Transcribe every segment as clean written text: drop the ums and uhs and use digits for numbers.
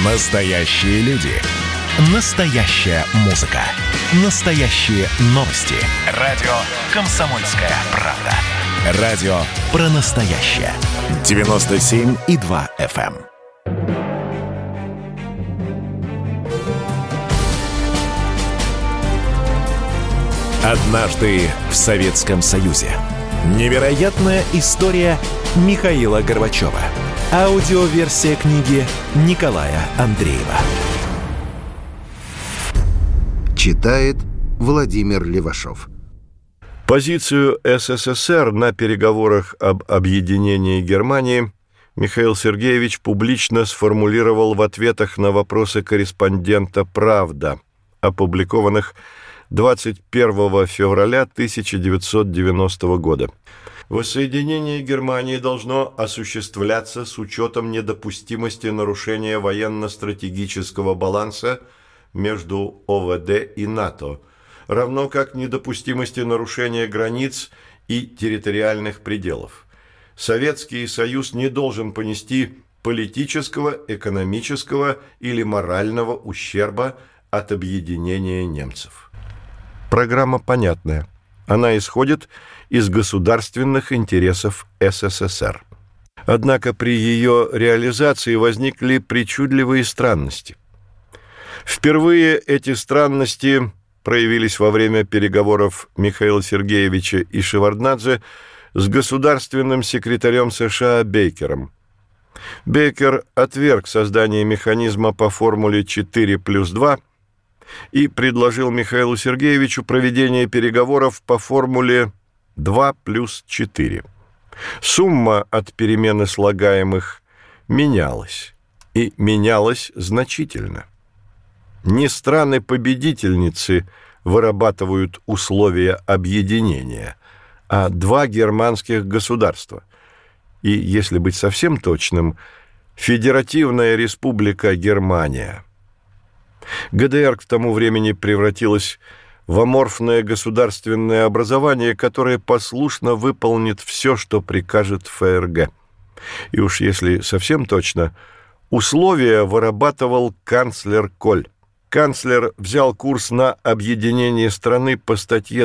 Настоящие люди. Настоящая музыка. Настоящие новости. Радио «Комсомольская правда». Радио про настоящее. 97,2 FM. Однажды в Советском Союзе. Невероятная история Михаила Горбачева. Аудиоверсия книги Николая Андреева. Читает Владимир Левашов. Позицию СССР на переговорах об объединении Германии Михаил Сергеевич публично сформулировал в ответах на вопросы корреспондента «Правда», опубликованных 21 февраля 1990 года. Воссоединение Германии должно осуществляться с учетом недопустимости нарушения военно-стратегического баланса между ОВД и НАТО, равно как недопустимости нарушения границ и территориальных пределов. Советский Союз не должен понести политического, экономического или морального ущерба от объединения немцев. Программа понятная. Она исходит из государственных интересов СССР. Однако при ее реализации возникли причудливые странности. Впервые эти странности проявились во время переговоров Михаила Сергеевича и Шеварднадзе с государственным секретарем США Бейкером. Бейкер отверг создание механизма по формуле 4+2 и предложил Михаилу Сергеевичу проведение переговоров по формуле 2+4. Сумма от перемены слагаемых менялась, и менялась значительно. Не страны-победительницы вырабатывают условия объединения, а два германских государства. И, если быть совсем точным, Федеративная Республика Германия. ГДР к тому времени превратилась в аморфное государственное образование, которое послушно выполнит все, что прикажет ФРГ. И уж если совсем точно, условия вырабатывал канцлер Коль. Канцлер взял курс на объединение страны по статье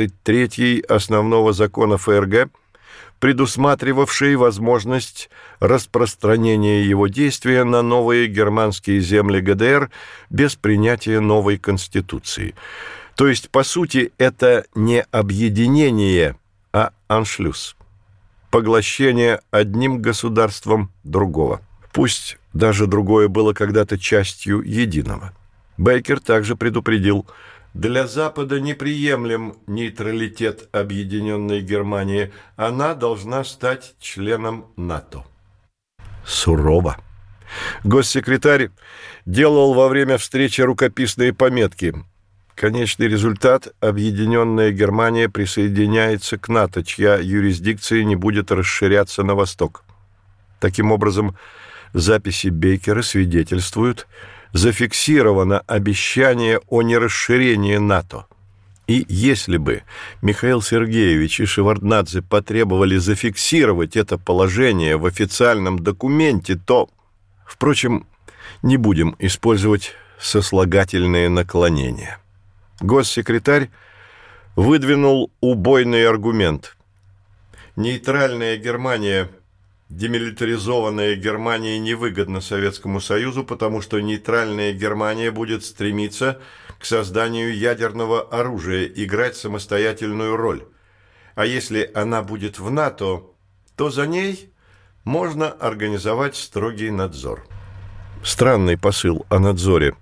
23 Основного закона ФРГ, предусматривавшей возможность распространения его действия на новые германские земли ГДР без принятия новой конституции. То есть, по сути, это не объединение, а аншлюз. Поглощение одним государством другого. Пусть даже другое было когда-то частью единого. Бейкер также предупредил: для Запада неприемлем нейтралитет объединенной Германии. Она должна стать членом НАТО. Сурово. Госсекретарь делал во время встречи рукописные пометки. Конечный результат – объединенная Германия присоединяется к НАТО, чья юрисдикция не будет расширяться на восток. Таким образом, записи Бейкера свидетельствуют: зафиксировано обещание о нерасширении НАТО. И если бы Михаил Сергеевич и Шеварднадзе потребовали зафиксировать это положение в официальном документе, то, впрочем, не будем использовать сослагательные наклонения. Госсекретарь выдвинул убойный аргумент. Нейтральная Германия, демилитаризованная Германия невыгодна Советскому Союзу, потому что нейтральная Германия будет стремиться к созданию ядерного оружия, играть самостоятельную роль. А если она будет в НАТО, то за ней можно организовать строгий надзор. Странный посыл о надзоре.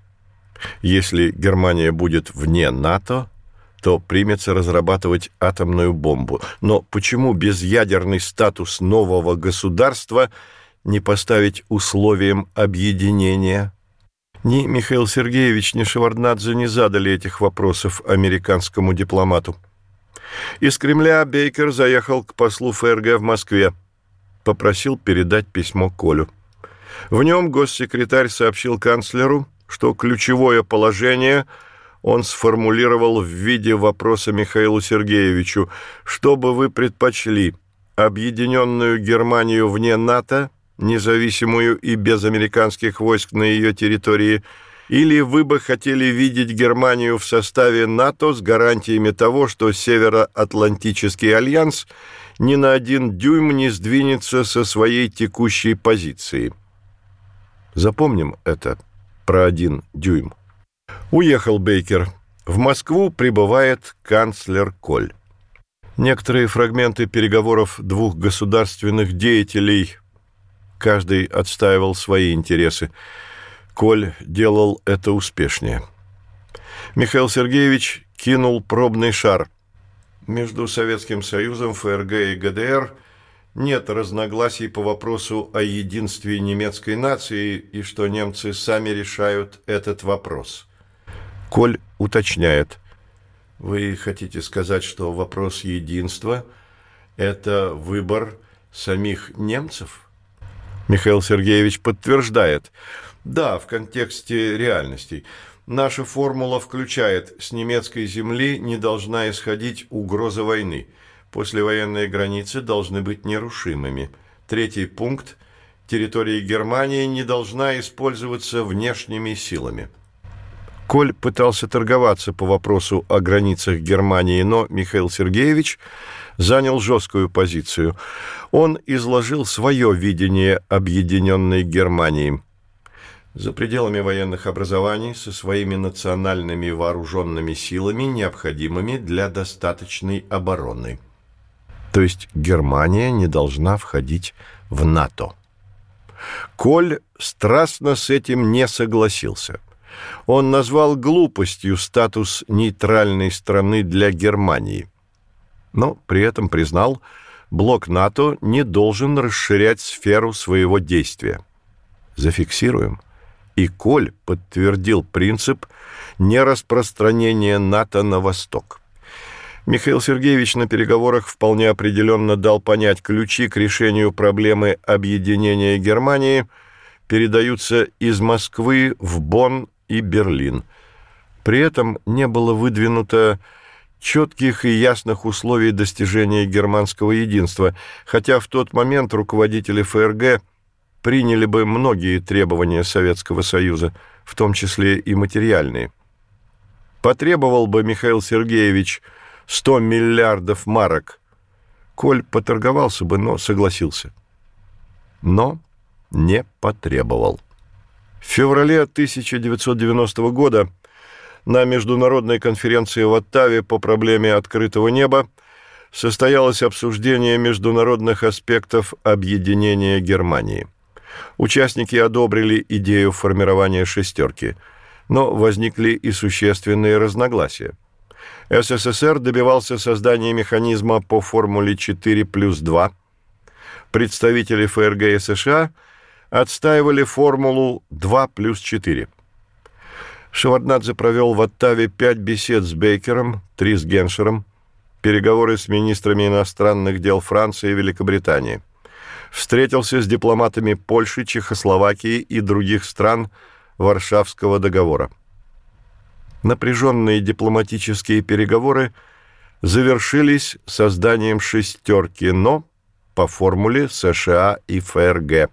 Если Германия будет вне НАТО, то примется разрабатывать атомную бомбу. Но почему безъядерный статус нового государства не поставить условием объединения? Ни Михаил Сергеевич, ни Шеварднадзе не задали этих вопросов американскому дипломату. Из Кремля Бейкер заехал к послу ФРГ в Москве, попросил передать письмо Колю. В нем госсекретарь сообщил канцлеру, что ключевое положение он сформулировал в виде вопроса Михаилу Сергеевичу: что бы вы предпочли, объединенную Германию вне НАТО, независимую и без американских войск на ее территории, или вы бы хотели видеть Германию в составе НАТО с гарантиями того, что Североатлантический альянс ни на 1 дюйм не сдвинется со своей текущей позиции? Запомним это про 1 дюйм. Уехал Бейкер. В Москву прибывает канцлер Коль. Некоторые фрагменты переговоров двух государственных деятелей, каждый отстаивал свои интересы. Коль делал это успешнее. Михаил Сергеевич кинул пробный шар. Между Советским Союзом, ФРГ и ГДР нет разногласий по вопросу о единстве немецкой нации и что немцы сами решают этот вопрос. Коль уточняет. Вы хотите сказать, что вопрос единства – это выбор самих немцев? Михаил Сергеевич подтверждает. Да, в контексте реальностей. Наша формула включает: с немецкой земли не должна исходить угроза войны. Послевоенные границы должны быть нерушимыми. 3 пункт. Территория Германии не должна использоваться внешними силами. Коль пытался торговаться по вопросу о границах Германии, но Михаил Сергеевич занял жесткую позицию. Он изложил свое видение объединенной Германии. За пределами военных образований со своими национальными вооруженными силами, необходимыми для достаточной обороны. То есть Германия не должна входить в НАТО. Коль страстно с этим не согласился. Он назвал глупостью статус нейтральной страны для Германии, но при этом признал, блок НАТО не должен расширять сферу своего действия. Зафиксируем. И Коль подтвердил принцип нераспространения НАТО на восток. Михаил Сергеевич на переговорах вполне определенно дал понять, ключи к решению проблемы объединения Германии передаются из Москвы в Бонн и Берлин. При этом не было выдвинуто четких и ясных условий достижения германского единства, хотя в тот момент руководители ФРГ приняли бы многие требования Советского Союза, в том числе и материальные. Потребовал бы Михаил Сергеевич 100 миллиардов марок. Коль поторговался бы, но согласился. Но не потребовал. В феврале 1990 года на международной конференции в Оттаве по проблеме открытого неба состоялось обсуждение международных аспектов объединения Германии. Участники одобрили идею формирования «шестерки», но возникли и существенные разногласия. СССР добивался создания механизма по формуле 4+2. Представители ФРГ и США отстаивали формулу 2+4. Шеварднадзе провел в Оттаве 5 бесед с Бейкером, 3 с Геншером, переговоры с министрами иностранных дел Франции и Великобритании. Встретился с дипломатами Польши, Чехословакии и других стран Варшавского договора. Напряженные дипломатические переговоры завершились созданием «шестерки», но по формуле США и ФРГ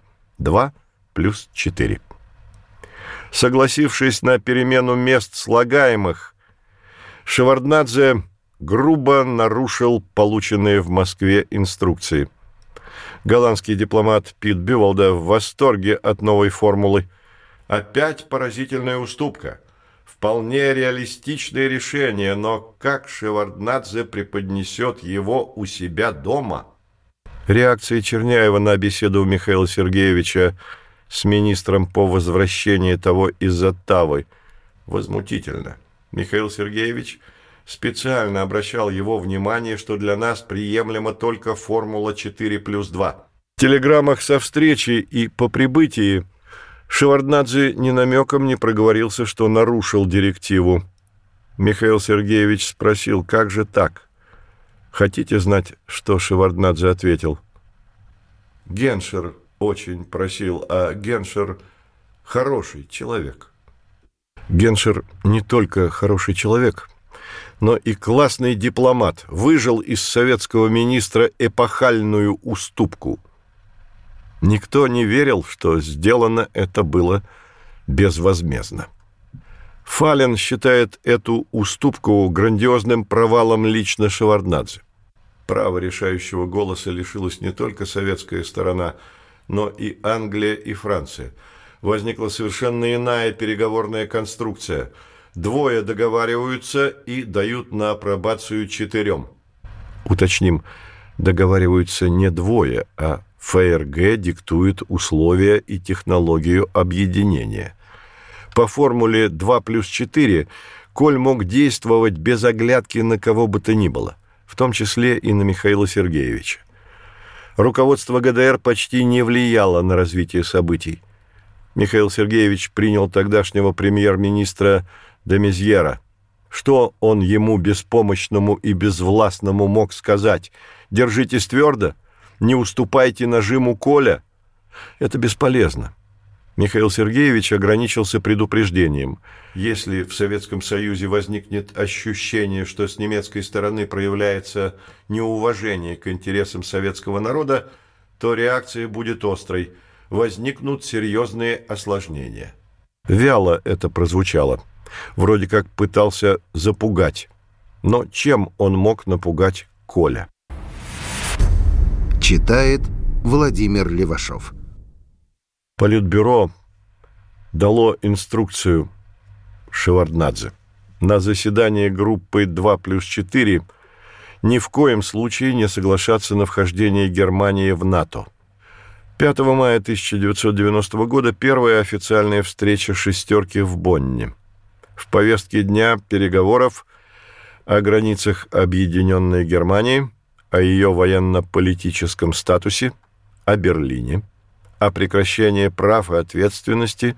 2+4. Согласившись на перемену мест слагаемых, Шеварднадзе грубо нарушил полученные в Москве инструкции. Голландский дипломат Пит Бювалда в восторге от новой формулы. Опять поразительная уступка. Вполне реалистичное решение, но как Шеварднадзе преподнесет его у себя дома? Реакция Черняева на беседу Михаила Сергеевича с министром по возвращении того из Оттавы возмутительно. Михаил Сергеевич специально обращал его внимание, что для нас приемлема только формула 4+2. В телеграммах со встречи и по прибытии Шеварднадзе ни намеком не проговорился, что нарушил директиву. Михаил Сергеевич спросил, как же так? Хотите знать, что Шеварднадзе ответил? Геншер очень просил, а Геншер хороший человек. Геншер не только хороший человек, но и классный дипломат, выжил из советского министра эпохальную уступку. Никто не верил, что сделано это было безвозмездно. Фален считает эту уступку грандиозным провалом лично Шеварднадзе. Права решающего голоса лишилась не только советская сторона, но и Англия и Франция. Возникла совершенно иная переговорная конструкция. Двое договариваются и дают на апробацию 4. Уточним, договариваются не двое, а ФРГ диктует условия и технологию объединения. По формуле 2+4 Коль мог действовать без оглядки на кого бы то ни было, в том числе и на Михаила Сергеевича. Руководство ГДР почти не влияло на развитие событий. Михаил Сергеевич принял тогдашнего премьер-министра де Мезьера. Что он ему, беспомощному и безвластному, мог сказать? «Держитесь твердо, не уступайте нажиму Коля». Это бесполезно. Михаил Сергеевич ограничился предупреждением. Если в Советском Союзе возникнет ощущение, что с немецкой стороны проявляется неуважение к интересам советского народа, то реакция будет острой. Возникнут серьезные осложнения. Вяло это прозвучало. Вроде как пытался запугать. Но чем он мог напугать Коля? Читает Владимир Левашов. Политбюро дало инструкцию Шеварднадзе на заседании группы 2+4 ни в коем случае не соглашаться на вхождение Германии в НАТО. 5 мая 1990 года первая официальная встреча «шестерки» в Бонне. В повестке дня переговоров о границах Объединенной Германии, о ее военно-политическом статусе, о Берлине, о прекращении прав и ответственности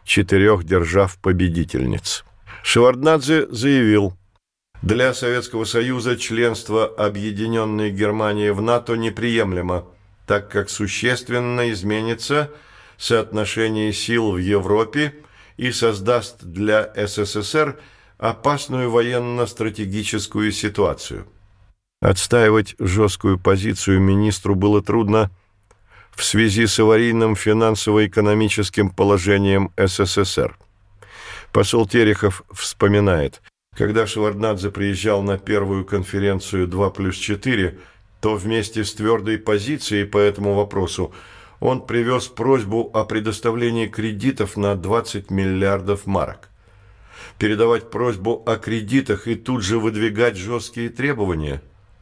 4 держав-победительниц. Шеварднадзе заявил: для Советского Союза членство Объединенной Германии в НАТО неприемлемо, так как существенно изменится соотношение сил в Европе и создаст для СССР опасную военно-стратегическую ситуацию. Отстаивать жесткую позицию министру было трудно в связи с аварийным финансово-экономическим положением СССР. Посол Терехов вспоминает: когда Шеварднадзе приезжал на первую конференцию 2+4, то вместе с твердой позицией по этому вопросу он привез просьбу о предоставлении кредитов на 20 миллиардов марок. Передавать просьбу о кредитах и тут же выдвигать жесткие требования?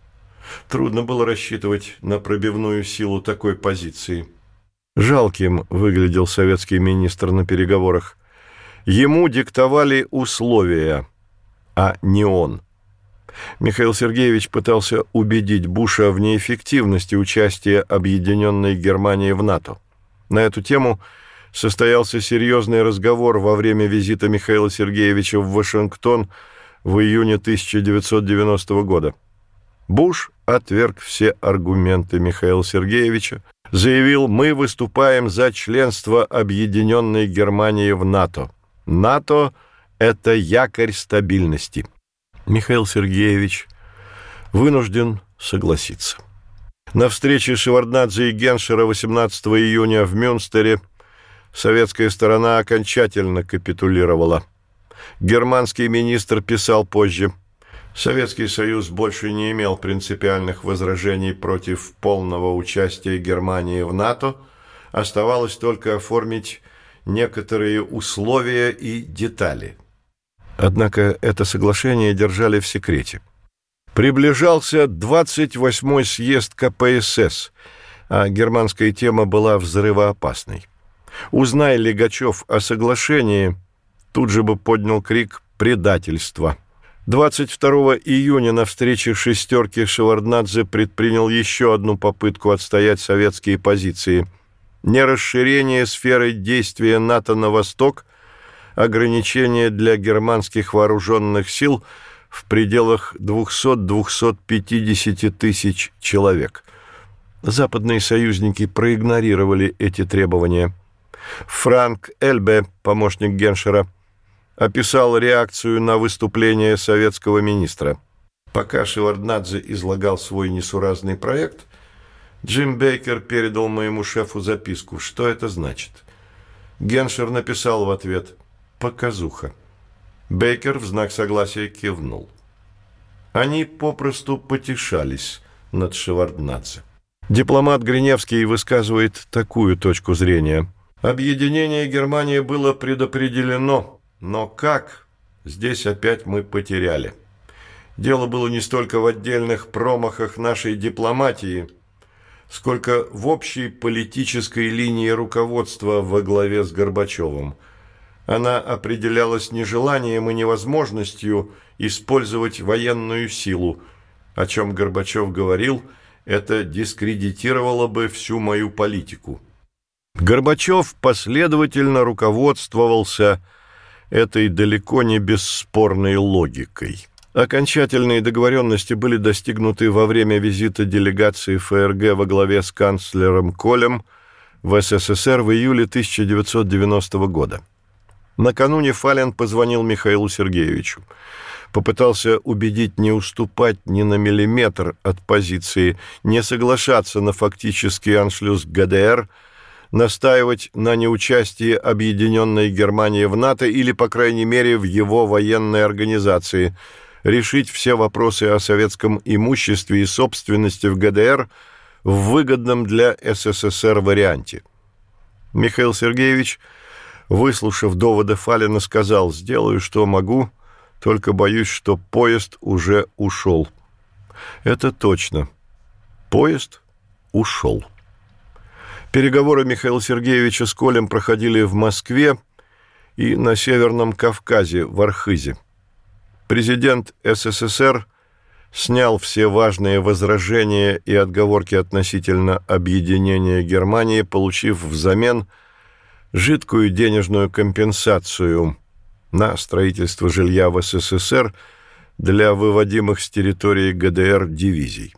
Трудно было рассчитывать на пробивную силу такой позиции. Жалким выглядел советский министр на переговорах. Ему диктовали условия, а не он. Михаил Сергеевич пытался убедить Буша в неэффективности участия Объединенной Германии в НАТО. На эту тему состоялся серьезный разговор во время визита Михаила Сергеевича в Вашингтон в июне 1990 года. Буш отверг все аргументы Михаила Сергеевича, заявил: «Мы выступаем за членство Объединенной Германии в НАТО. НАТО – это якорь стабильности». Михаил Сергеевич вынужден согласиться. На встрече Шеварднадзе и Геншера 18 июня в Мюнстере советская сторона окончательно капитулировала. Германский министр писал позже: Советский Союз больше не имел принципиальных возражений против полного участия Германии в НАТО, оставалось только оформить некоторые условия и детали. Однако это соглашение держали в секрете. Приближался 28-й съезд КПСС, а германская тема была взрывоопасной. Узнай Лигачев о соглашении, тут же бы поднял крик предательства. 22 июня на встрече «шестерки» Шеварднадзе предпринял еще одну попытку отстоять советские позиции. Не расширение сферы действия НАТО на восток, ограничение для германских вооруженных сил в пределах 200-250 тысяч человек. Западные союзники проигнорировали эти требования. Франк Эльбе, помощник Геншера, описал реакцию на выступление советского министра. Пока Шеварднадзе излагал свой несуразный проект, Джим Бейкер передал моему шефу записку. Что это значит? Геншер написал в ответ: «Показуха». Бейкер в знак согласия кивнул. Они попросту потешались над Шеварднадзе. Дипломат Гриневский высказывает такую точку зрения. Объединение Германии было предопределено, но как? Здесь опять мы потеряли. Дело было не столько в отдельных промахах нашей дипломатии, сколько в общей политической линии руководства во главе с Горбачевым. Она определялась нежеланием и невозможностью использовать военную силу, о чем Горбачев говорил: это дискредитировало бы всю мою политику. Горбачев последовательно руководствовался этой далеко не бесспорной логикой. Окончательные договоренности были достигнуты во время визита делегации ФРГ во главе с канцлером Колем в СССР в июле 1990 года. Накануне Фален позвонил Михаилу Сергеевичу. Попытался убедить не уступать ни на миллиметр от позиции, не соглашаться на фактический аншлюз ГДР, настаивать на неучастии Объединенной Германии в НАТО или, по крайней мере, в его военной организации, решить все вопросы о советском имуществе и собственности в ГДР в выгодном для СССР варианте. Михаил Сергеевич, выслушав доводы Фалена, сказал: «Сделаю, что могу, только боюсь, что поезд уже ушел». Это точно. Поезд ушел. Переговоры Михаила Сергеевича с Колем проходили в Москве и на Северном Кавказе, в Архызе. Президент СССР снял все важные возражения и отговорки относительно объединения Германии, получив взамен жидкую денежную компенсацию на строительство жилья в СССР для выводимых с территории ГДР дивизий.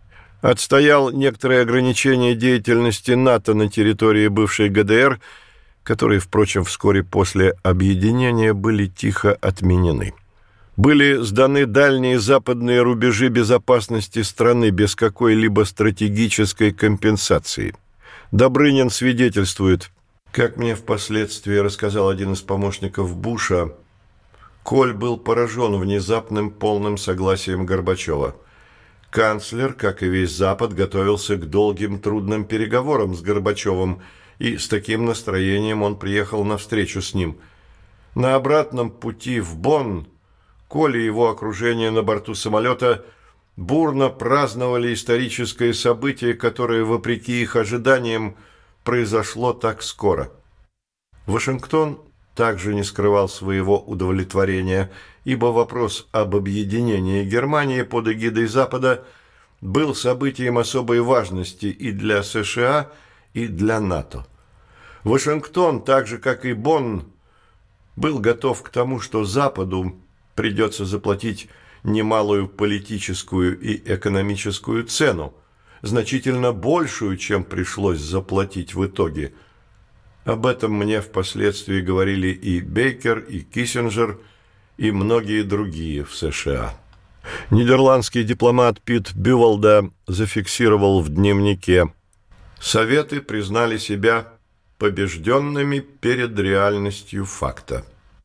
Отстоял некоторые ограничения деятельности НАТО на территории бывшей ГДР, которые, впрочем, вскоре после объединения были тихо отменены. Были сданы дальние западные рубежи безопасности страны без какой-либо стратегической компенсации. Добрынин свидетельствует: как мне впоследствии рассказал один из помощников Буша, Коль был поражен внезапным полным согласием Горбачева. Канцлер, как и весь Запад, готовился к долгим трудным переговорам с Горбачевым, и с таким настроением он приехал на встречу с ним. На обратном пути в Бонн Коль и его окружение на борту самолета бурно праздновали историческое событие, которое, вопреки их ожиданиям, произошло так скоро. Вашингтон также не скрывал своего удовлетворения, ибо вопрос об объединении Германии под эгидой Запада был событием особой важности и для США, и для НАТО. Вашингтон, так же как и Бонн, был готов к тому, что Западу придется заплатить немалую политическую и экономическую цену, значительно большую, чем пришлось заплатить в итоге. Об этом мне впоследствии говорили и Бейкер, и Киссинджер, и многие другие в США. Нидерландский дипломат Пит Бювалда зафиксировал в дневнике: «Советы признали себя побежденными перед реальностью факта».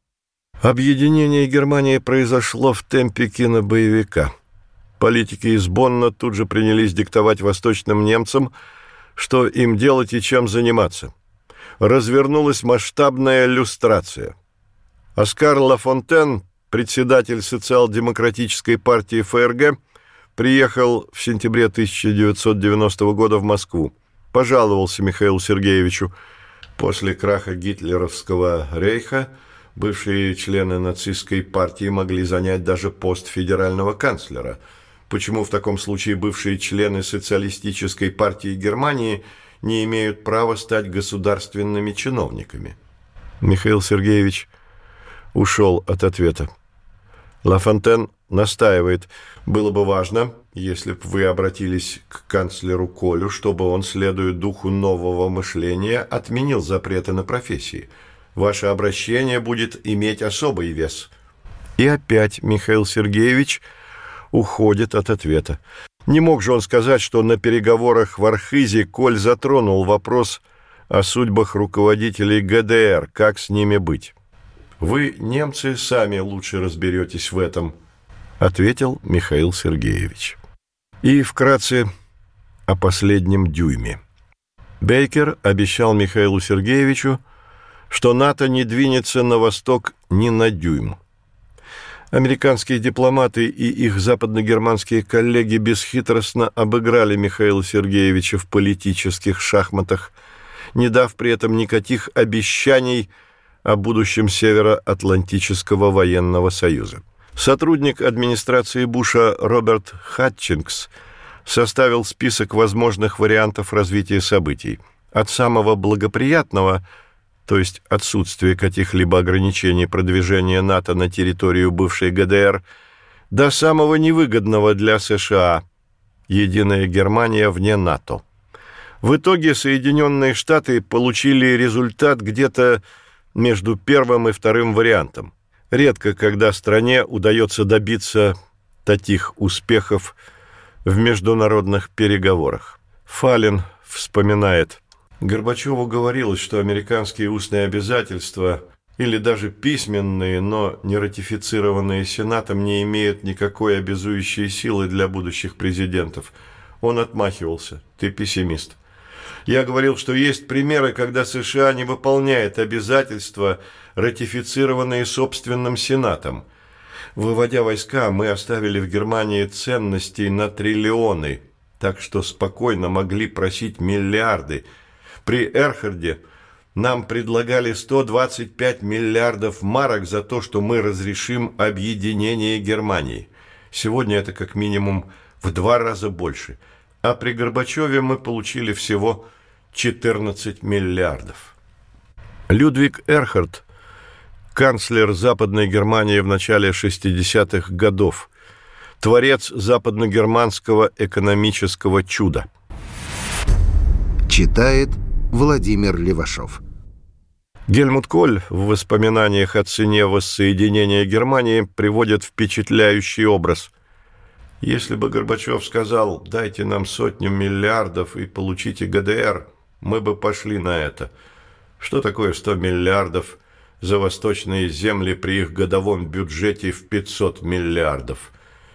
Объединение Германии произошло в темпе кинобоевика. Политики из Бонна тут же принялись диктовать восточным немцам, что им делать и чем заниматься. Развернулась масштабная люстрация. Оскар Лафонтен, председатель социал-демократической партии ФРГ, приехал в сентябре 1990 года в Москву. Пожаловался Михаилу Сергеевичу: после краха гитлеровского рейха бывшие члены нацистской партии могли занять даже пост федерального канцлера. Почему в таком случае бывшие члены социалистической партии Германии не имеют права стать государственными чиновниками? Михаил Сергеевич ушел от ответа. Лафонтен настаивает: было бы важно, если бы вы обратились к канцлеру Колю, чтобы он, следуя духу нового мышления, отменил запреты на профессии. Ваше обращение будет иметь особый вес. И опять Михаил Сергеевич уходит от ответа. Не мог же он сказать, что на переговорах в Архизе Коль затронул вопрос о судьбах руководителей ГДР, как с ними быть. «Вы, немцы, сами лучше разберетесь в этом», — ответил Михаил Сергеевич. И вкратце о последнем дюйме. Бейкер обещал Михаилу Сергеевичу, что НАТО не двинется на восток ни на дюйм. Американские дипломаты и их западногерманские коллеги бесхитростно обыграли Михаила Сергеевича в политических шахматах, не дав при этом никаких обещаний о будущем Североатлантического военного союза. Сотрудник администрации Буша Роберт Хатчингс составил список возможных вариантов развития событий. От самого благоприятного, то есть отсутствие каких-либо ограничений продвижения НАТО на территорию бывшей ГДР, до самого невыгодного для США – Единая Германия вне НАТО. В итоге Соединенные Штаты получили результат где-то между первым и вторым вариантом. Редко, когда стране удается добиться таких успехов в международных переговорах. Фалин вспоминает: Горбачеву говорилось, что американские устные обязательства или даже письменные, но не ратифицированные Сенатом, не имеют никакой обязующей силы для будущих президентов. Он отмахивался: ты пессимист. Я говорил, что есть примеры, когда США не выполняет обязательства, ратифицированные собственным Сенатом. Выводя войска, мы оставили в Германии ценностей на триллионы, так что спокойно могли просить миллиарды. При Эрхарде нам предлагали 125 миллиардов марок за то, что мы разрешим объединение Германии. Сегодня это как минимум в 2 раза больше. А при Горбачеве мы получили всего 14 миллиардов. Людвиг Эрхард, канцлер Западной Германии в начале 60-х годов, творец западногерманского экономического чуда. Читает Владимир Левашов. Гельмут Коль в воспоминаниях о цене воссоединения Германии приводит впечатляющий образ. Если бы Горбачев сказал: «Дайте нам 100 миллиардов и получите ГДР», мы бы пошли на это. Что такое 100 миллиардов за восточные земли при их годовом бюджете в 500 миллиардов?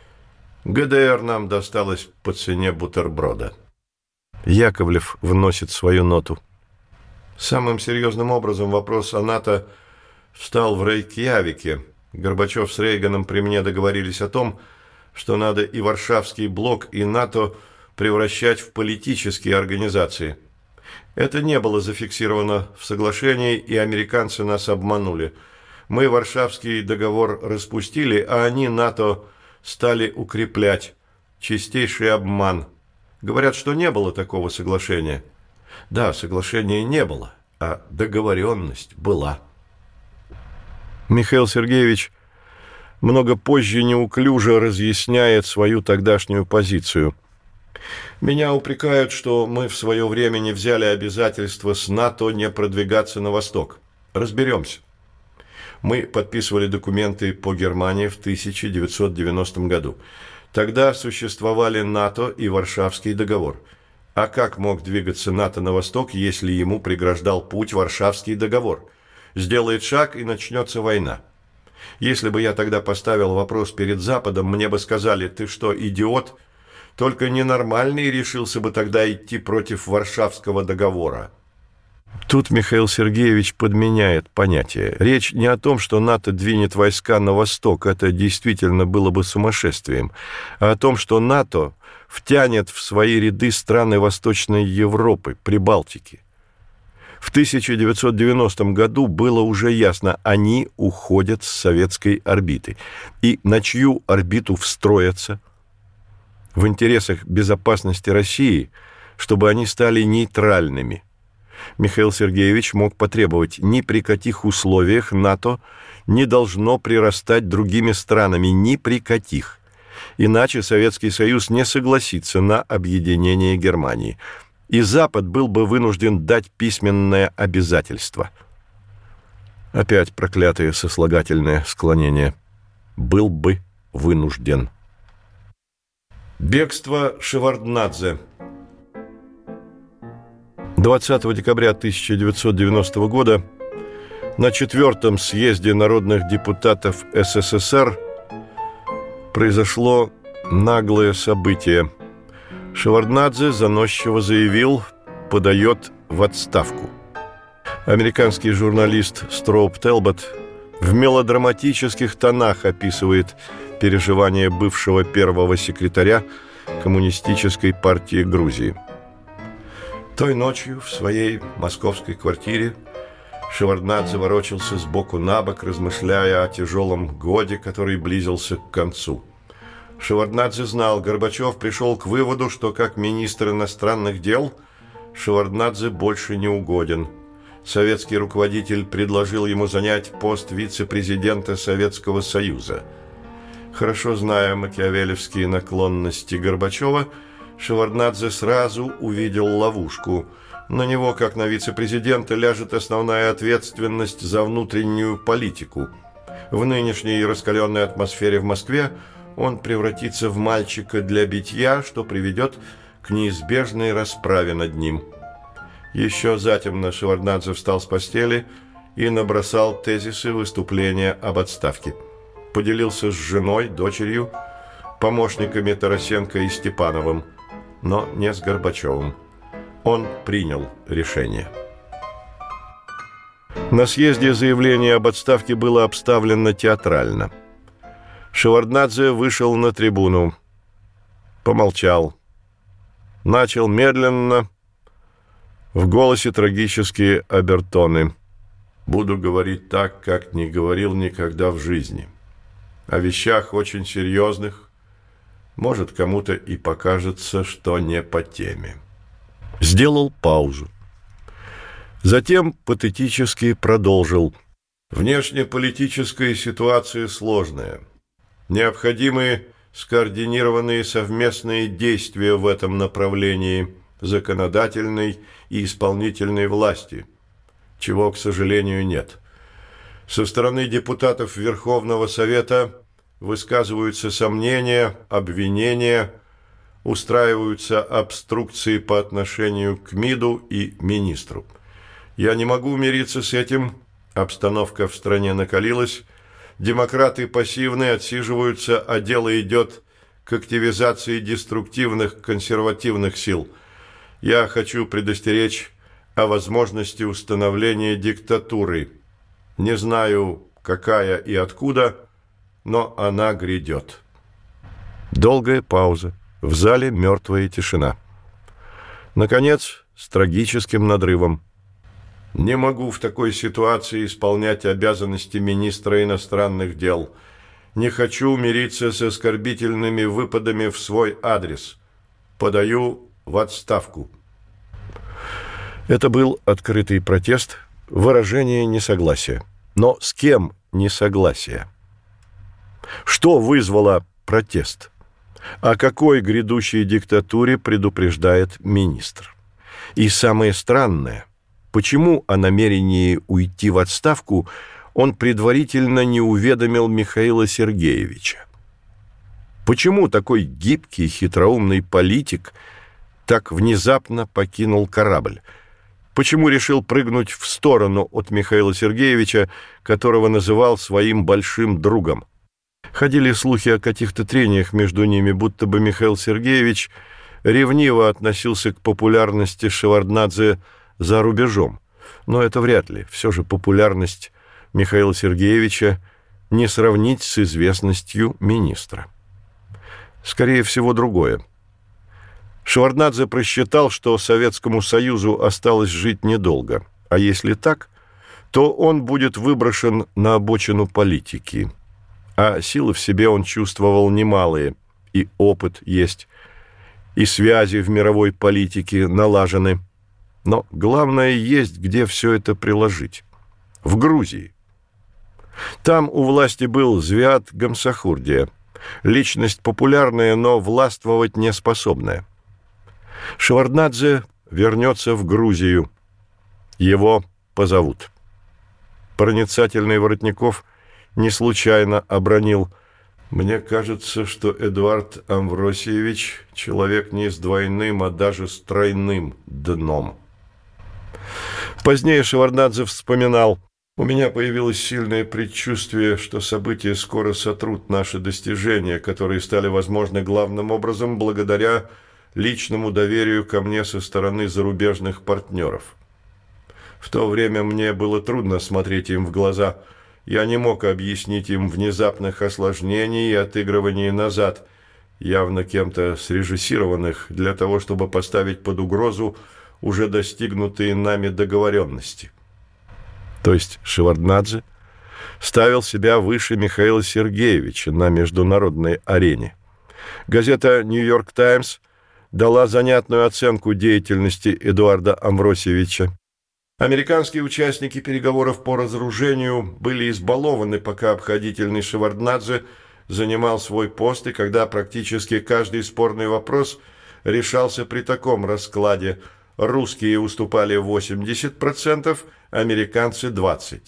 ГДР нам досталось по цене бутерброда. Яковлев вносит свою ноту. Самым серьезным образом вопрос о НАТО встал в Рейкьявике. Горбачев с Рейганом при мне договорились о том, что надо и Варшавский блок, и НАТО превращать в политические организации. Это не было зафиксировано в соглашении, и американцы нас обманули. Мы Варшавский договор распустили, а они НАТО стали укреплять. Чистейший обман. Говорят, что не было такого соглашения. Да, соглашения не было, а договоренность была. Михаил Сергеевич много позже неуклюже разъясняет свою тогдашнюю позицию. Меня упрекают, что мы в свое время не взяли обязательство с НАТО не продвигаться на восток. Разберемся. Мы подписывали документы по Германии в 1990 году. Тогда существовали НАТО и Варшавский договор. А как мог двигаться НАТО на восток, если ему преграждал путь Варшавский договор? Сделает шаг, и начнется война. Если бы я тогда поставил вопрос перед Западом, мне бы сказали: ты что, идиот? Только ненормальный решился бы тогда идти против Варшавского договора. Тут Михаил Сергеевич подменяет понятие. Речь не о том, что НАТО двинет войска на восток, это действительно было бы сумасшествием, а о том, что НАТО втянет в свои ряды страны Восточной Европы, Прибалтики. В 1990 году было уже ясно, они уходят с советской орбиты. И на чью орбиту встроятся? В интересах безопасности России, чтобы они стали нейтральными. Михаил Сергеевич мог потребовать: ни при каких условиях НАТО не должно прирастать другими странами, ни при каких. Иначе Советский Союз не согласится на объединение Германии. И Запад был бы вынужден дать письменное обязательство. Опять проклятое сослагательное склонение. Был бы вынужден. Бегство Шеварднадзе. 20 декабря 1990 года на 4-м съезде народных депутатов СССР произошло наглое событие. Шеварднадзе заносчиво заявил, подает в отставку. Американский журналист Строуп Телбот в мелодраматических тонах описывает переживания бывшего первого секретаря Коммунистической партии Грузии. Той ночью в своей московской квартире Шеварднадзе ворочался сбоку на бок, размышляя о тяжелом годе, который близился к концу. Шеварднадзе знал, Горбачев пришел к выводу, что как министр иностранных дел Шеварднадзе больше не угоден. Советский руководитель предложил ему занять пост вице-президента Советского Союза. Хорошо зная макиавеллевские наклонности Горбачева, Шеварднадзе сразу увидел ловушку. На него, как на вице-президента, ляжет основная ответственность за внутреннюю политику. В нынешней раскаленной атмосфере в Москве он превратится в мальчика для битья, что приведет к неизбежной расправе над ним. Еще затемно Шеварднадзе встал с постели и набросал тезисы выступления об отставке. Поделился с женой, дочерью, помощниками Тарасенко и Степановым, но не с Горбачевым. Он принял решение. На съезде заявление об отставке было обставлено театрально. Шеварднадзе вышел на трибуну, помолчал, начал медленно, в голосе трагические обертоны. «Буду говорить так, как не говорил никогда в жизни. О вещах очень серьезных, может, кому-то и покажется, что не по теме». Сделал паузу. Затем патетически продолжил. «Внешнеполитическая ситуация сложная. Необходимы скоординированные совместные действия в этом направлении законодательной и исполнительной власти, чего, к сожалению, нет. Со стороны депутатов Верховного Совета высказываются сомнения, обвинения, устраиваются обструкции по отношению к МИДу и министру. Я не могу мириться с этим, обстановка в стране накалилась, демократы пассивны, отсиживаются, а дело идет к активизации деструктивных консервативных сил. Я хочу предостеречь о возможности установления диктатуры. Не знаю, какая и откуда, но она грядет». Долгая пауза. В зале мертвая тишина. Наконец, с трагическим надрывом. «Не могу в такой ситуации исполнять обязанности министра иностранных дел. Не хочу мириться с оскорбительными выпадами в свой адрес. Подаю в отставку». Это был открытый протест, выражение несогласия. Но с кем несогласие? Что вызвало протест? О какой грядущей диктатуре предупреждает министр? И самое странное, почему о намерении уйти в отставку он предварительно не уведомил Михаила Сергеевича? Почему такой гибкий, хитроумный политик так внезапно покинул корабль? Почему решил прыгнуть в сторону от Михаила Сергеевича, которого называл своим большим другом? Ходили слухи о каких-то трениях между ними, будто бы Михаил Сергеевич ревниво относился к популярности Шеварднадзе за рубежом. Но это вряд ли. Все же популярность Михаила Сергеевича не сравнить с известностью министра. Скорее всего, другое. Шеварднадзе просчитал, что Советскому Союзу осталось жить недолго. А если так, то он будет выброшен на обочину политики. А силы в себе он чувствовал немалые, и опыт есть, и связи в мировой политике налажены. Но главное есть, где все это приложить. В Грузии. Там у власти был Звиат Гамсахурдия, личность популярная, но властвовать не способная. Шеварднадзе вернется в Грузию. Его позовут. Проницательный Воротников не случайно обронил: Мне кажется, что Эдуард Амвросиевич – человек не с двойным, а даже с тройным дном. Позднее Шеварднадзе вспоминал: «У меня появилось сильное предчувствие, что события скоро сотрут наши достижения, которые стали возможны главным образом благодаря личному доверию ко мне со стороны зарубежных партнеров. В то время мне было трудно смотреть им в глаза. Я не мог объяснить им внезапных осложнений и отыгрываний назад, явно кем-то срежиссированных, для того, чтобы поставить под угрозу уже достигнутые нами договоренности». То есть Шеварднадзе ставил себя выше Михаила Сергеевича на международной арене. Газета «Нью-Йорк Таймс» дала занятную оценку деятельности Эдуарда Амвросиевича. Американские участники переговоров по разоружению были избалованы, пока обходительный Шеварднадзе занимал свой пост, и когда практически каждый спорный вопрос решался при таком раскладе: русские уступали 80%, американцы 20%.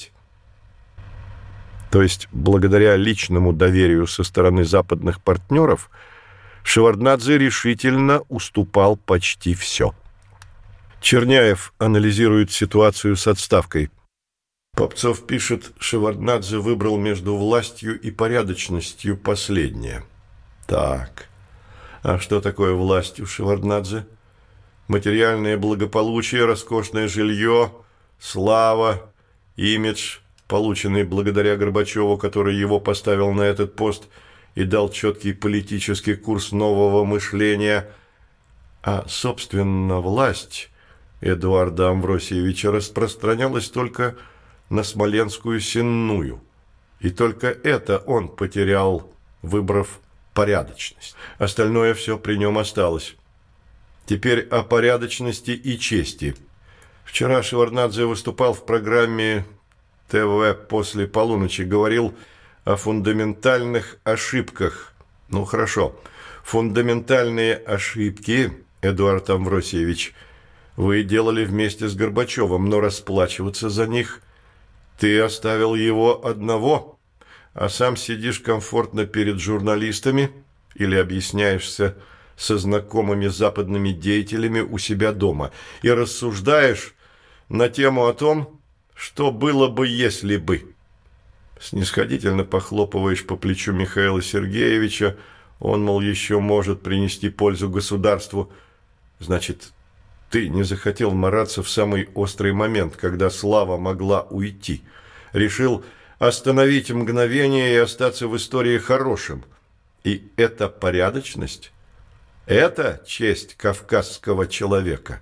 То есть, благодаря личному доверию со стороны западных партнеров, Шеварднадзе решительно уступал почти все. Черняев анализирует ситуацию с отставкой. Попцов пишет: Шеварднадзе выбрал между властью и порядочностью последнее. Так, а что такое власть у Шеварднадзе? Материальное благополучие, роскошное жилье, слава, имидж, полученный благодаря Горбачеву, который его поставил на этот пост и дал четкий политический курс нового мышления. А, собственно, власть Эдуарда Амвросиевича распространялась только на Смоленскую сенную. И только это он потерял, выбрав порядочность. Остальное все при нем осталось. Теперь о порядочности и чести. Вчера Шеварднадзе выступал в программе ТВ «После полуночи», говорил о фундаментальных ошибках. Ну, хорошо. Фундаментальные ошибки, Эдуард Амвросиевич, вы делали вместе с Горбачевым, но расплачиваться за них ты оставил его одного, а сам сидишь комфортно перед журналистами или объясняешься со знакомыми западными деятелями у себя дома и рассуждаешь на тему о том, что было бы, если бы. Снисходительно похлопываешь по плечу Михаила Сергеевича, он, мол, еще может принести пользу государству. Значит, ты не захотел мараться в самый острый момент, когда слава могла уйти. Решил остановить мгновение и остаться в истории хорошим. И это порядочность? Это честь кавказского человека.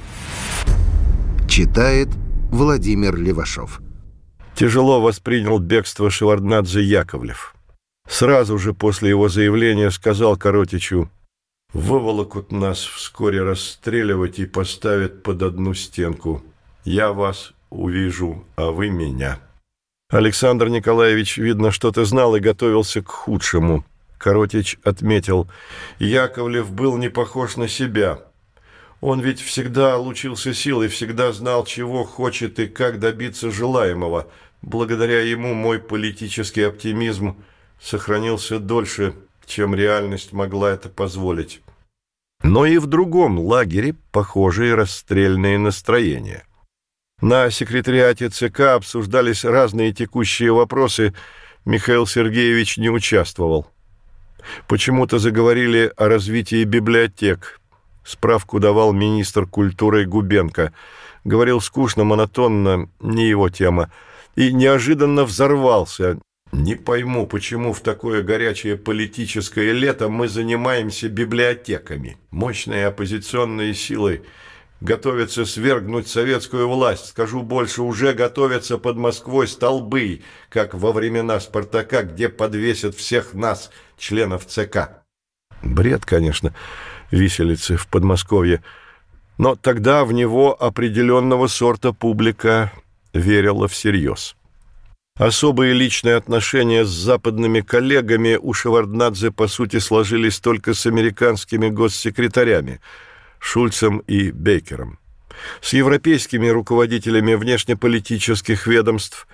Читает Владимир Левашов. Тяжело воспринял бегство Шеварднадзе Яковлев. Сразу же после его заявления сказал Коротичу: «Выволокут нас вскоре расстреливать и поставят под одну стенку. Я вас увижу, а вы меня». Александр Николаевич, видно, что-то знал и готовился к худшему. Коротич отметил: Яковлев был не похож на себя. Он ведь всегда лучился силой, всегда знал, чего хочет и как добиться желаемого. Благодаря ему мой политический оптимизм сохранился дольше, чем реальность могла это позволить. Но и в другом лагере похожие расстрельные настроения. На секретариате ЦК обсуждались разные текущие вопросы, Михаил Сергеевич не участвовал. Почему-то заговорили о развитии библиотек. Справку давал министр культуры Губенко. Говорил скучно, монотонно, не его тема. И неожиданно взорвался. Не пойму, почему в такое горячее политическое лето мы занимаемся библиотеками. Мощные оппозиционные силы готовятся свергнуть советскую власть. Скажу больше, уже готовятся под Москвой столбы, как во времена Спартака, где подвесят всех нас, членов ЦК. Бред, конечно, виселицы в Подмосковье. Но тогда в него определенного сорта публика верила всерьез. Особые личные отношения с западными коллегами у Шеварднадзе, по сути, сложились только с американскими госсекретарями Шульцем и Бейкером. С европейскими руководителями внешнеполитических ведомств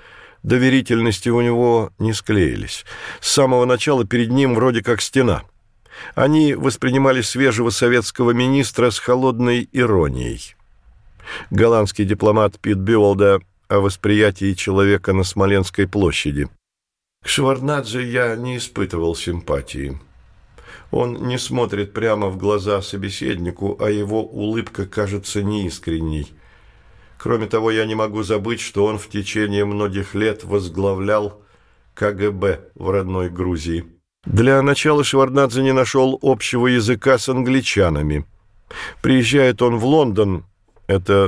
доверительности у него не склеились. С самого начала перед ним вроде как стена. Они воспринимали свежего советского министра с холодной иронией. Голландский дипломат Пит Бювалда о восприятии человека на Смоленской площади. К Шеварднадзе я не испытывал симпатии. Он не смотрит прямо в глаза собеседнику, а его улыбка кажется неискренней. Кроме того, я не могу забыть, что он в течение многих лет возглавлял КГБ в родной Грузии. Для начала Шеварднадзе не нашел общего языка с англичанами. Приезжает он в Лондон, это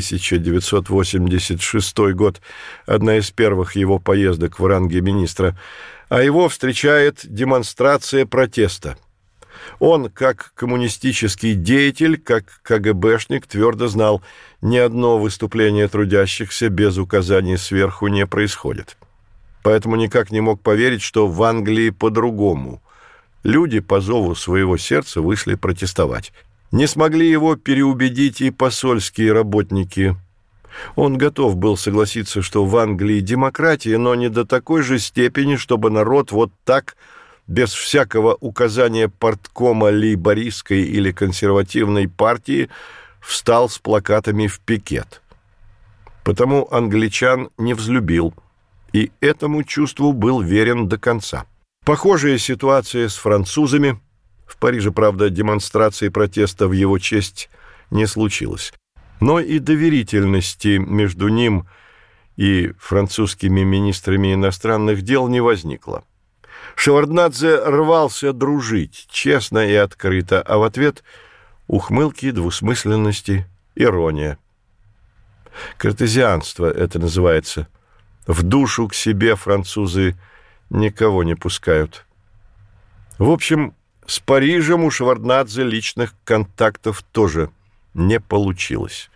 1986 год, одна из первых его поездок в ранге министра, а его встречает демонстрация протеста. Он, как коммунистический деятель, как КГБшник, твердо знал, ни одно выступление трудящихся без указаний сверху не происходит. Поэтому никак не мог поверить, что в Англии по-другому. Люди по зову своего сердца вышли протестовать. Не смогли его переубедить и посольские работники. Он готов был согласиться, что в Англии демократия, но не до такой же степени, чтобы народ вот так, без всякого указания парткома лейбористской или консервативной партии, встал с плакатами в пикет. Потому англичан не взлюбил, и этому чувству был верен до конца. Похожая ситуация с французами. В Париже, правда, демонстрации протеста в его честь не случилось. Но и доверительности между ним и французскими министрами иностранных дел не возникло. Шеварднадзе рвался дружить, честно и открыто, а в ответ ухмылки, двусмысленности, ирония. Картезианство это называется. В душу к себе французы никого не пускают. В общем, с Парижем у Шеварднадзе личных контактов тоже не получилось.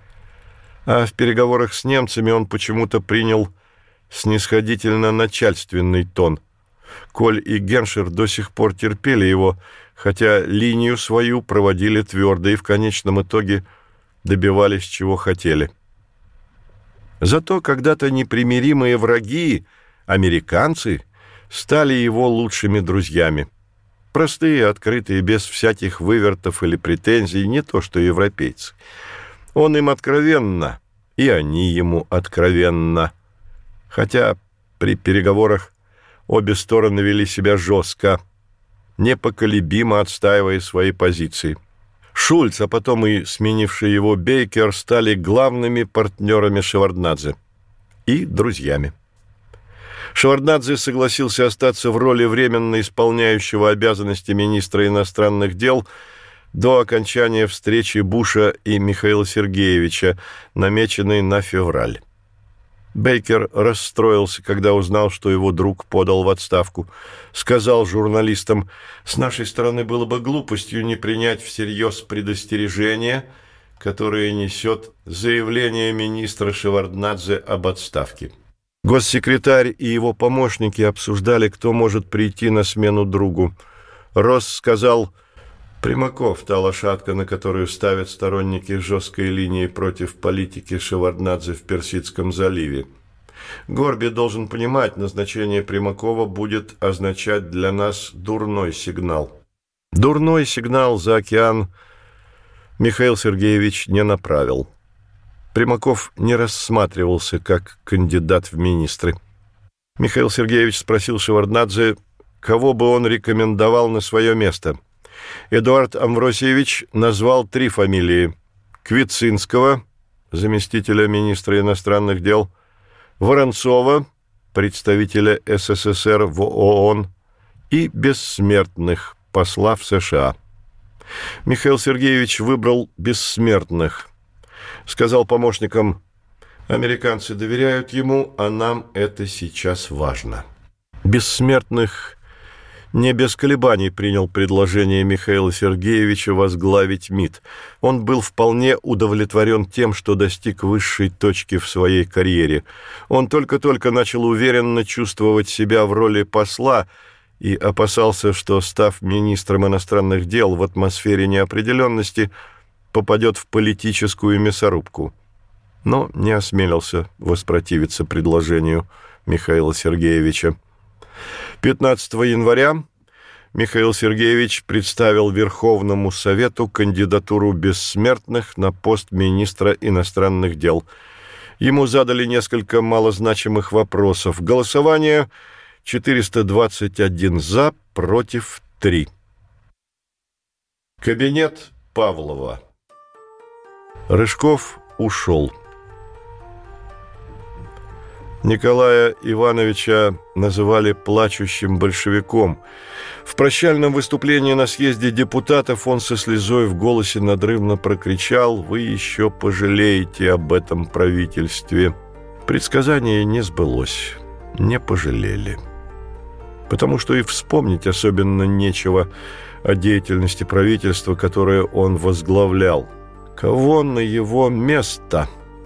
А в переговорах с немцами он почему-то принял снисходительно-начальственный тон. Коль и Геншер до сих пор терпели его, хотя линию свою проводили твердо и в конечном итоге добивались, чего хотели. Зато когда-то непримиримые враги, американцы, стали его лучшими друзьями. Простые, открытые, без всяких вывертов или претензий, не то что европейцы. Он им откровенно, и они ему откровенно. Хотя при переговорах обе стороны вели себя жестко, непоколебимо отстаивая свои позиции. Шульц, а потом и сменивший его Бейкер, стали главными партнерами Шеварднадзе и друзьями. Шеварднадзе согласился остаться в роли временно исполняющего обязанности министра иностранных дел до окончания встречи Буша и Михаила Сергеевича, намеченной на февраль. Бейкер расстроился, когда узнал, что его друг подал в отставку. Сказал журналистам: «С нашей стороны было бы глупостью не принять всерьез предостережение, которое несет заявление министра Шеварднадзе об отставке». Госсекретарь и его помощники обсуждали, кто может прийти на смену другу. Росс сказал: «Примаков – та лошадка, на которую ставят сторонники жесткой линии против политики Шеварднадзе в Персидском заливе. Горби должен понимать, назначение Примакова будет означать для нас дурной сигнал». Дурной сигнал за океан Михаил Сергеевич не направил. Примаков не рассматривался как кандидат в министры. Михаил Сергеевич спросил Шеварднадзе, кого бы он рекомендовал на свое место. Эдуард Амвросиевич назвал 3 фамилии: Квицинского, заместителя министра иностранных дел, Воронцова, представителя СССР в ООН, и Бессмертных, посла в США. Михаил Сергеевич выбрал Бессмертных. Сказал помощникам: «Американцы доверяют ему, а нам это сейчас важно». Бессмертных не без колебаний принял предложение Михаила Сергеевича возглавить МИД. Он был вполне удовлетворен тем, что достиг высшей точки в своей карьере. Он только-только начал уверенно чувствовать себя в роли посла и опасался, что, став министром иностранных дел в атмосфере неопределенности, попадет в политическую мясорубку. Но не осмелился воспротивиться предложению. Михаила Сергеевича. 15 января Михаил Сергеевич представил Верховному Совету кандидатуру бессмертных на пост министра иностранных дел. Ему задали несколько малозначимых вопросов. Голосование 421 за, против 3. Кабинет Павлова. Рыжков ушел. Николая Ивановича называли плачущим большевиком. В прощальном выступлении на съезде депутатов он со слезой в голосе надрывно прокричал: «Вы еще пожалеете об этом правительстве». Предсказание не сбылось, не пожалели. Потому что и вспомнить особенно нечего о деятельности правительства, которое он возглавлял. Кого на его место?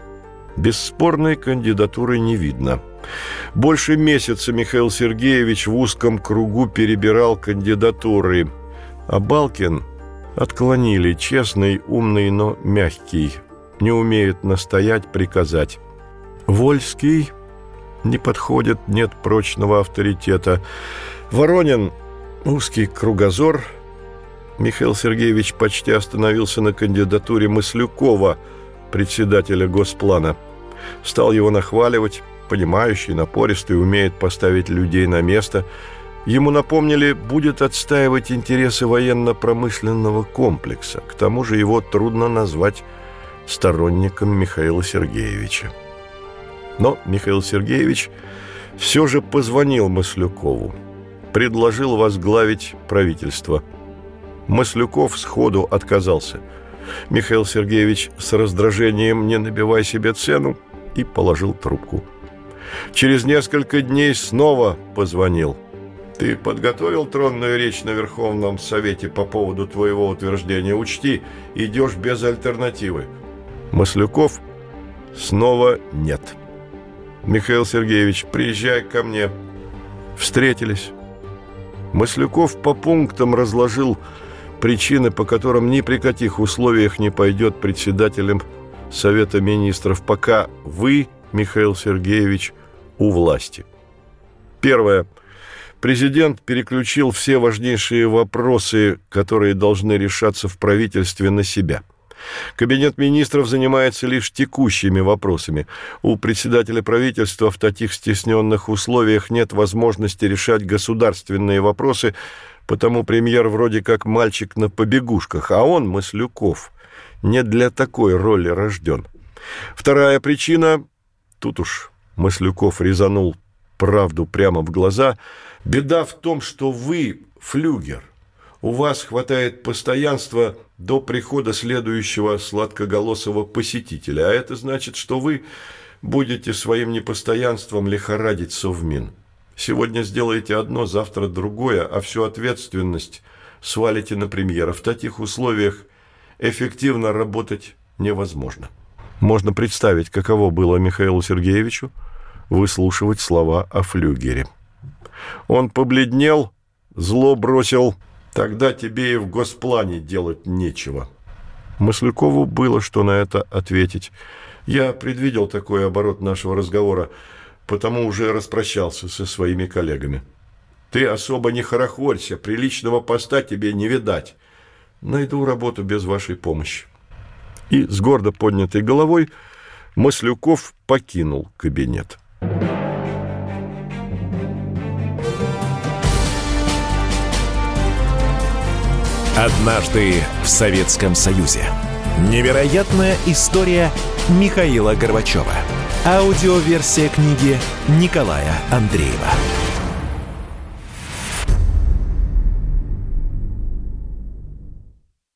Бесспорной кандидатуры не видно. Больше месяца Михаил Сергеевич в узком кругу перебирал кандидатуры. А Балкин отклонили. Честный, умный, но мягкий. Не умеет настоять, приказать. Вольский не подходит, нет прочного авторитета. Воронин – узкий кругозор. Михаил Сергеевич почти остановился на кандидатуре Маслюкова, председателя Госплана. Стал его нахваливать. Понимающий, напористый, умеет поставить людей на место. Ему напомнили, будет отстаивать интересы военно-промышленного комплекса. К тому же его трудно назвать сторонником Михаила Сергеевича. Но Михаил Сергеевич все же позвонил Маслюкову. Предложил возглавить правительство. Маслюков сходу отказался. Михаил Сергеевич с раздражением «не набивай себе цену» и положил трубку. Через несколько дней снова позвонил. «Ты подготовил тронную речь на Верховном Совете по поводу твоего утверждения? Учти, идешь без альтернативы». Маслюков снова нет. «Михаил Сергеевич, приезжай ко мне». Встретились. Маслюков по пунктам разложил причины, по которым ни при каких условиях не пойдет председателем Совета Министров, пока вы, Михаил Сергеевич, у власти. Первое. Президент переключил все важнейшие вопросы, которые должны решаться в правительстве, на себя. Кабинет министров занимается лишь текущими вопросами. У председателя правительства в таких стесненных условиях нет возможности решать государственные вопросы, потому премьер вроде как мальчик на побегушках, а он, Маслюков, не для такой роли рожден. Вторая причина, тут уж Маслюков резанул правду прямо в глаза, беда в том, что вы флюгер. У вас хватает постоянства до прихода следующего сладкоголосого посетителя, а это значит, что вы будете своим непостоянством лихорадить Совмин. Сегодня сделаете одно, завтра другое, а всю ответственность свалите на премьера. В таких условиях эффективно работать невозможно. Можно представить, каково было Михаилу Сергеевичу выслушивать слова о флюгере. Он побледнел, зло бросил: «Тогда тебе и в Госплане делать нечего». Маслякову было что на это ответить. Я предвидел такой оборот нашего разговора, потому уже распрощался со своими коллегами. Ты особо не хорохорься, приличного поста тебе не видать. Найду работу без вашей помощи. И с гордо поднятой головой Маслюков покинул кабинет. Однажды в Советском Союзе. Невероятная история Михаила Горбачева. Аудиоверсия книги Николая Андреева.